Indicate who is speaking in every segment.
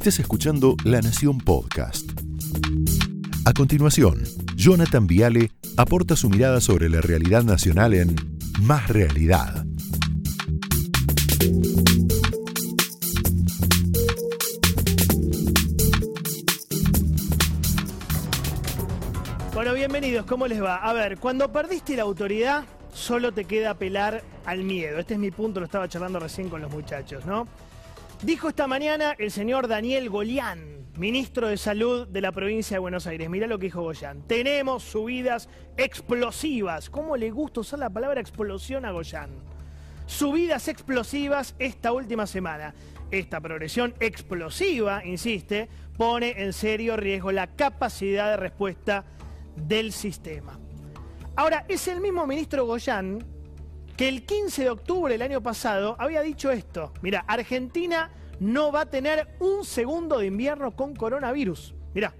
Speaker 1: Estés escuchando La Nación Podcast. A continuación, Jonathan Viale aporta su mirada sobre la realidad nacional en Más Realidad.
Speaker 2: Bueno, bienvenidos, ¿cómo les va? A ver, cuando perdiste la autoridad, solo te queda apelar al miedo. Este es mi punto, lo estaba charlando recién con los muchachos, ¿no? Dijo esta mañana el señor Daniel Goyán, ministro de Salud de la provincia de Buenos Aires. Mirá lo que dijo Goyán. Tenemos subidas explosivas. ¿Cómo le gusta usar la palabra explosión a Goyán? Subidas explosivas esta última semana. Esta progresión explosiva, insiste, pone en serio riesgo la capacidad de respuesta del sistema. Ahora, es el mismo ministro Goyán que el 15 de octubre del año pasado había dicho esto. Mira, Argentina no va a tener un segundo de invierno con coronavirus. Mira.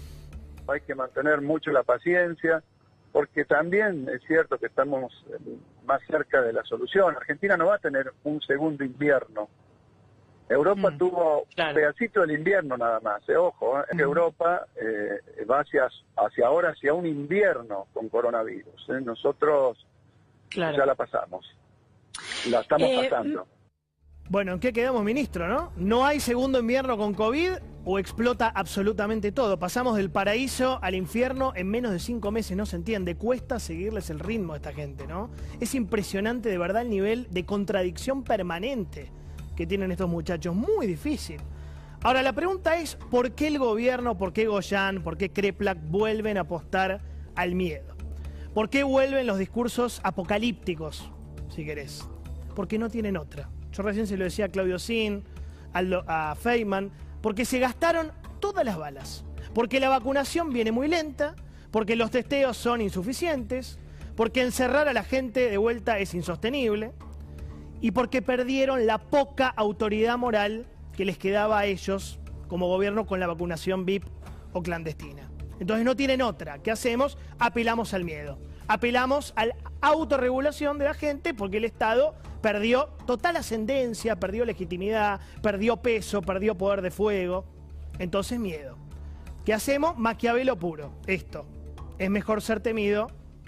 Speaker 3: Hay que mantener mucho la paciencia, porque también es cierto que estamos más cerca de la solución. Argentina no va a tener un segundo invierno. Europa tuvo un pedacito del invierno nada más. Ojo, Europa va hacia ahora hacia un invierno con coronavirus. Nosotros ya la pasamos. La estamos pasando.
Speaker 2: Bueno, ¿en qué quedamos, ministro, no? ¿No hay segundo invierno con COVID o explota absolutamente todo? Pasamos del paraíso al infierno en menos de 5 meses, no se entiende. Cuesta seguirles el ritmo a esta gente, ¿no? Es impresionante de verdad el nivel de contradicción permanente que tienen estos muchachos, muy difícil. Ahora, la pregunta es, ¿por qué el gobierno, por qué Goyán, por qué Kreplak vuelven a apostar al miedo? ¿Por qué vuelven los discursos apocalípticos, si querés? Porque no tienen otra. Yo recién se lo decía a Claudio Zin, a Feynman, porque se gastaron todas las balas. Porque la vacunación viene muy lenta, porque los testeos son insuficientes, porque encerrar a la gente de vuelta es insostenible, y porque perdieron la poca autoridad moral que les quedaba a ellos como gobierno con la vacunación VIP o clandestina. Entonces no tienen otra. ¿Qué hacemos? Apelamos al miedo. Apelamos a la autorregulación de la gente porque el Estado perdió total ascendencia, perdió legitimidad, perdió peso, perdió poder de fuego. Entonces miedo. ¿Qué hacemos? Maquiavelo puro. Esto. Es mejor ser temido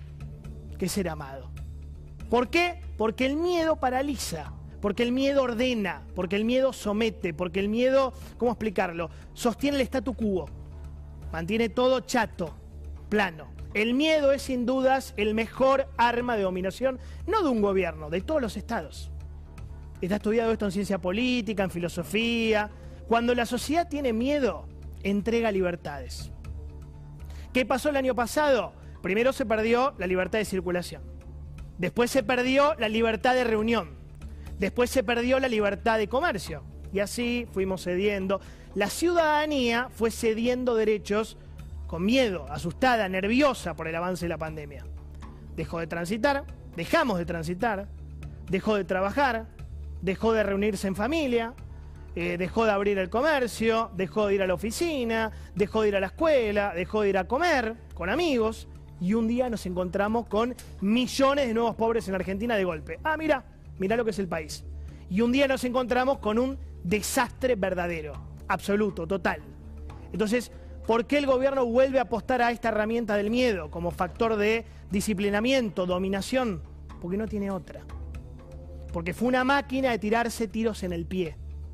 Speaker 2: que ser amado. ¿Por qué? Porque el miedo paraliza, porque el miedo ordena, porque el miedo somete, porque el miedo, ¿cómo explicarlo? Sostiene el statu quo, mantiene todo chato, plano. El miedo es sin dudas el mejor arma de dominación, no de un gobierno, de todos los estados. Está estudiado esto en ciencia política, en filosofía. Cuando la sociedad tiene miedo, entrega libertades. ¿Qué pasó el año pasado? Primero se perdió la libertad de circulación. Después se perdió la libertad de reunión. Después se perdió la libertad de comercio. Y así fuimos cediendo. La ciudadanía fue cediendo derechos con miedo, asustada, nerviosa por el avance de la pandemia. Dejó de transitar, dejamos de transitar, dejó de trabajar, dejó de reunirse en familia, dejó de abrir el comercio, dejó de ir a la oficina, dejó de ir a la escuela, dejó de ir a comer con amigos. Y un día nos encontramos con millones de nuevos pobres en Argentina de golpe. Ah, mirá lo que es el país. Y un día nos encontramos con un desastre verdadero, absoluto, total. Entonces, ¿por qué el gobierno vuelve a apostar a esta herramienta del miedo como factor de disciplinamiento, dominación? Porque no tiene otra. Porque fue una máquina de tirarse tiros en el pie.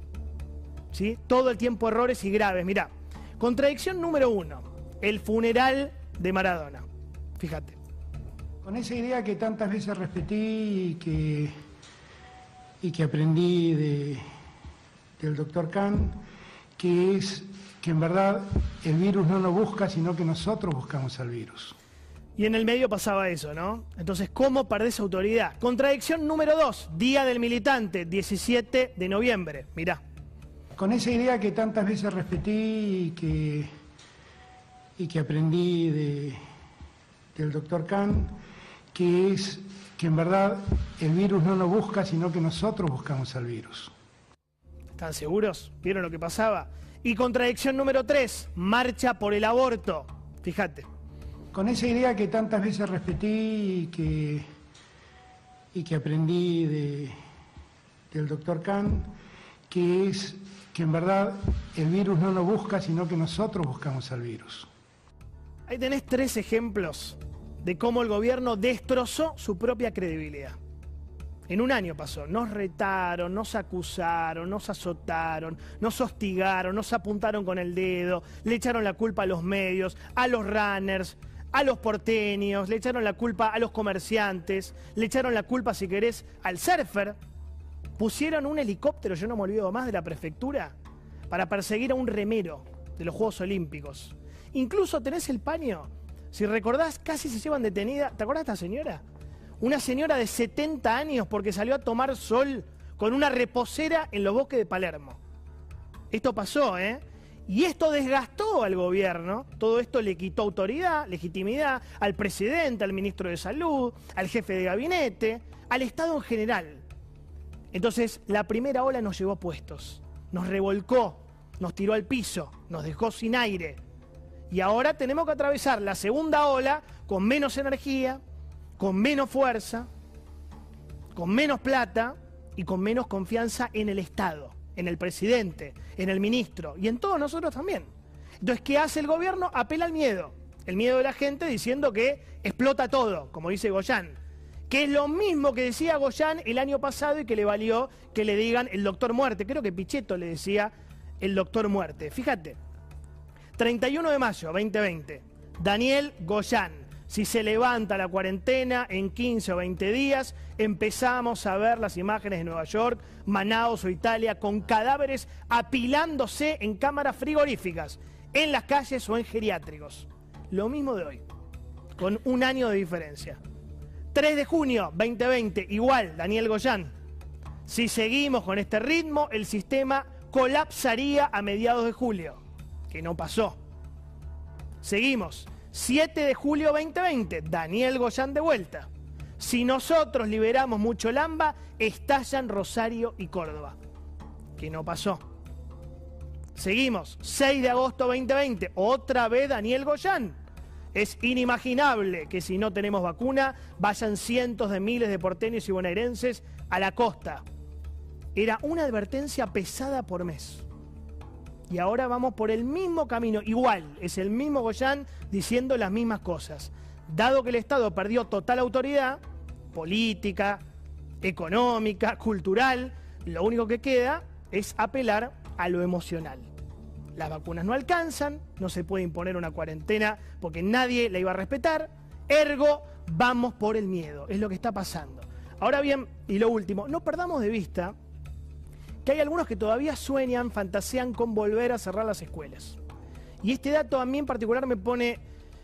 Speaker 2: ¿Sí? Todo el tiempo errores y graves. Mirá, contradicción número 1, el funeral de Maradona. Fíjate.
Speaker 4: Con esa idea que tantas veces repetí y que aprendí del doctor Kahn, que es que en verdad el virus no nos busca, sino que nosotros buscamos al virus.
Speaker 2: Y en el medio pasaba eso, ¿no? Entonces, ¿cómo perdés autoridad? Contradicción número 2, Día del Militante, 17 de noviembre. Mirá.
Speaker 4: Con esa idea que tantas veces repetí y que aprendí del doctor Kahn, que es que en verdad el virus no nos busca, sino que nosotros buscamos al virus.
Speaker 2: ¿Están seguros? ¿Vieron lo que pasaba? Y contradicción número 3, marcha por el aborto. Fíjate.
Speaker 4: Con esa idea que tantas veces repetí y que aprendí del doctor Kahn, que es que en verdad el virus no nos busca, sino que nosotros buscamos al virus.
Speaker 2: Ahí tenés 3 ejemplos de cómo el gobierno destrozó su propia credibilidad. En un año pasó, nos retaron, nos acusaron, nos azotaron, nos hostigaron, nos apuntaron con el dedo, le echaron la culpa a los medios, a los runners, a los porteños, le echaron la culpa a los comerciantes, le echaron la culpa, si querés, al surfer. Pusieron un helicóptero, yo no me olvido más, de la prefectura para perseguir a un remero de los Juegos Olímpicos. Incluso tenés el paño, si recordás, casi se llevan detenida, ¿te acordás de esta señora? Una señora de 70 años porque salió a tomar sol con una reposera en los bosques de Palermo. Esto pasó, ¿eh? Y esto desgastó al gobierno, todo esto le quitó autoridad, legitimidad al presidente, al ministro de Salud, al jefe de gabinete, al Estado en general. Entonces, la primera ola nos llevó puestos, nos revolcó, nos tiró al piso, nos dejó sin aire. Y ahora tenemos que atravesar la segunda ola con menos energía, con menos fuerza, con menos plata y con menos confianza en el Estado, en el presidente, en el ministro y en todos nosotros también. Entonces, ¿qué hace el gobierno? Apela al miedo. El miedo de la gente diciendo que explota todo, como dice Goyán. Que es lo mismo que decía Goyán el año pasado y que le valió que le digan el doctor muerte. Creo que Pichetto le decía el doctor muerte. Fíjate, 31 de mayo 2020, Daniel Goyán. Si se levanta la cuarentena en 15 o 20 días, empezamos a ver las imágenes de Nueva York, Manaos o Italia con cadáveres apilándose en cámaras frigoríficas, en las calles o en geriátricos. Lo mismo de hoy, con un año de diferencia. 3 de junio 2020, igual, Daniel Goyán. Si seguimos con este ritmo, el sistema colapsaría a mediados de julio, que no pasó. Seguimos. 7 de julio 2020, Daniel Goyán de vuelta. Si nosotros liberamos mucho Lamba, estallan Rosario y Córdoba, que no pasó. Seguimos, 6 de agosto 2020, otra vez Daniel Goyán. Es inimaginable que si no tenemos vacuna, vayan cientos de miles de porteños y bonaerenses a la costa. Era una advertencia pesada por mes. Y ahora vamos por el mismo camino, igual, es el mismo Goyán diciendo las mismas cosas. Dado que el Estado perdió total autoridad, política, económica, cultural, lo único que queda es apelar a lo emocional. Las vacunas no alcanzan, no se puede imponer una cuarentena porque nadie la iba a respetar, ergo, vamos por el miedo, es lo que está pasando. Ahora bien, y lo último, no perdamos de vista que hay algunos que todavía sueñan, fantasean con volver a cerrar las escuelas. Y este dato a mí en particular me pone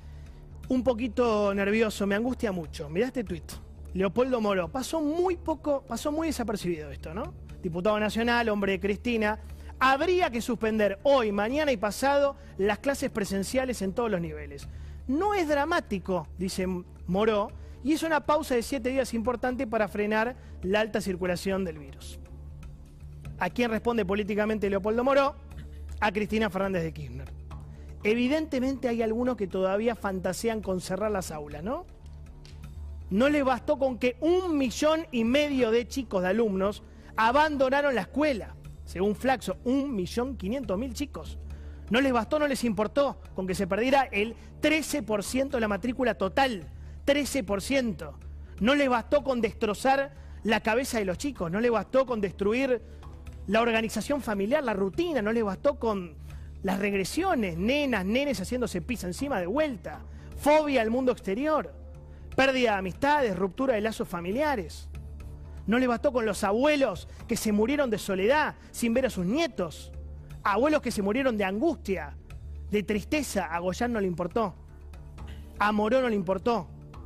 Speaker 2: un poquito nervioso, me angustia mucho. Mirá este tuit, Leopoldo Moró, pasó muy desapercibido esto, ¿no? Diputado nacional, hombre de Cristina. Habría que suspender hoy, mañana y pasado las clases presenciales en todos los niveles. No es dramático, dice Moró, y es una pausa de 7 días importante para frenar la alta circulación del virus. ¿A quién responde políticamente Leopoldo Moró? A Cristina Fernández de Kirchner. Evidentemente hay algunos que todavía fantasean con cerrar las aulas, ¿no? No les bastó con que 1,5 millones de chicos, de alumnos, abandonaron la escuela. Según Flaxo, 1.500.000 chicos. No les bastó, no les importó con que se perdiera el 13% de la matrícula total. 13%. No les bastó con destrozar la cabeza de los chicos. No les bastó con destruir la organización familiar, la rutina. No les bastó con las regresiones, nenas, nenes haciéndose pis encima de vuelta. Fobia al mundo exterior. Pérdida de amistades, ruptura de lazos familiares. No les bastó con los abuelos que se murieron de soledad sin ver a sus nietos. Abuelos que se murieron de angustia, de tristeza. A Goyán no le importó. A Moró no le importó.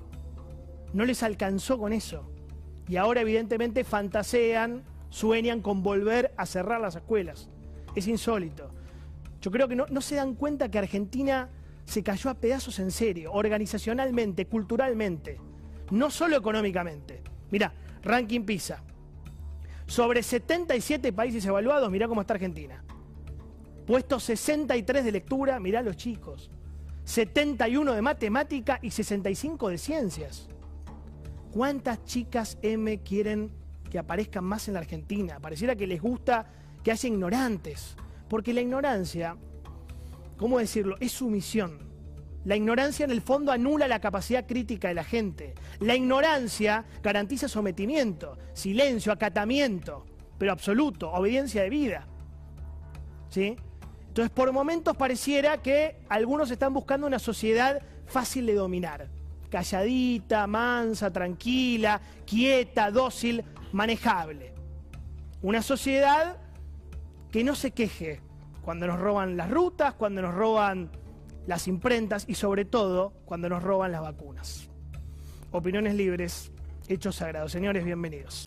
Speaker 2: No les alcanzó con eso. Y ahora evidentemente fantasean, sueñan con volver a cerrar las escuelas. Es insólito. Yo creo que no se dan cuenta que Argentina se cayó a pedazos en serio, organizacionalmente, culturalmente, no solo económicamente. Mirá, ranking PISA. Sobre 77 países evaluados, mirá cómo está Argentina. Puesto 63 de lectura, mirá los chicos. 71 de matemática y 65 de ciencias. ¿Cuántas chicas M quieren que aparezcan más en la Argentina? Pareciera que les gusta que haya ignorantes, porque la ignorancia, ¿cómo decirlo?, es sumisión. La ignorancia en el fondo anula la capacidad crítica de la gente. La ignorancia garantiza sometimiento, silencio, acatamiento, pero absoluto, obediencia de vida. ¿Sí? Entonces, por momentos pareciera que algunos están buscando una sociedad fácil de dominar. Calladita, mansa, tranquila, quieta, dócil, manejable. Una sociedad que no se queje cuando nos roban las rutas, cuando nos roban las imprentas y sobre todo cuando nos roban las vacunas. Opiniones libres, hechos sagrados. Señores, bienvenidos.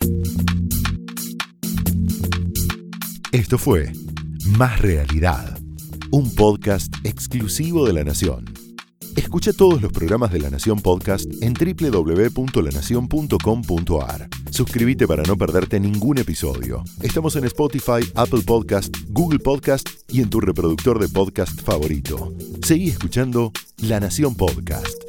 Speaker 1: Esto fue Más Realidad, un podcast exclusivo de La Nación. Escucha todos los programas de La Nación Podcast en www.lanacion.com.ar. Suscríbete para no perderte ningún episodio. Estamos en Spotify, Apple Podcast, Google Podcast y en tu reproductor de podcast favorito. Seguí escuchando La Nación Podcast.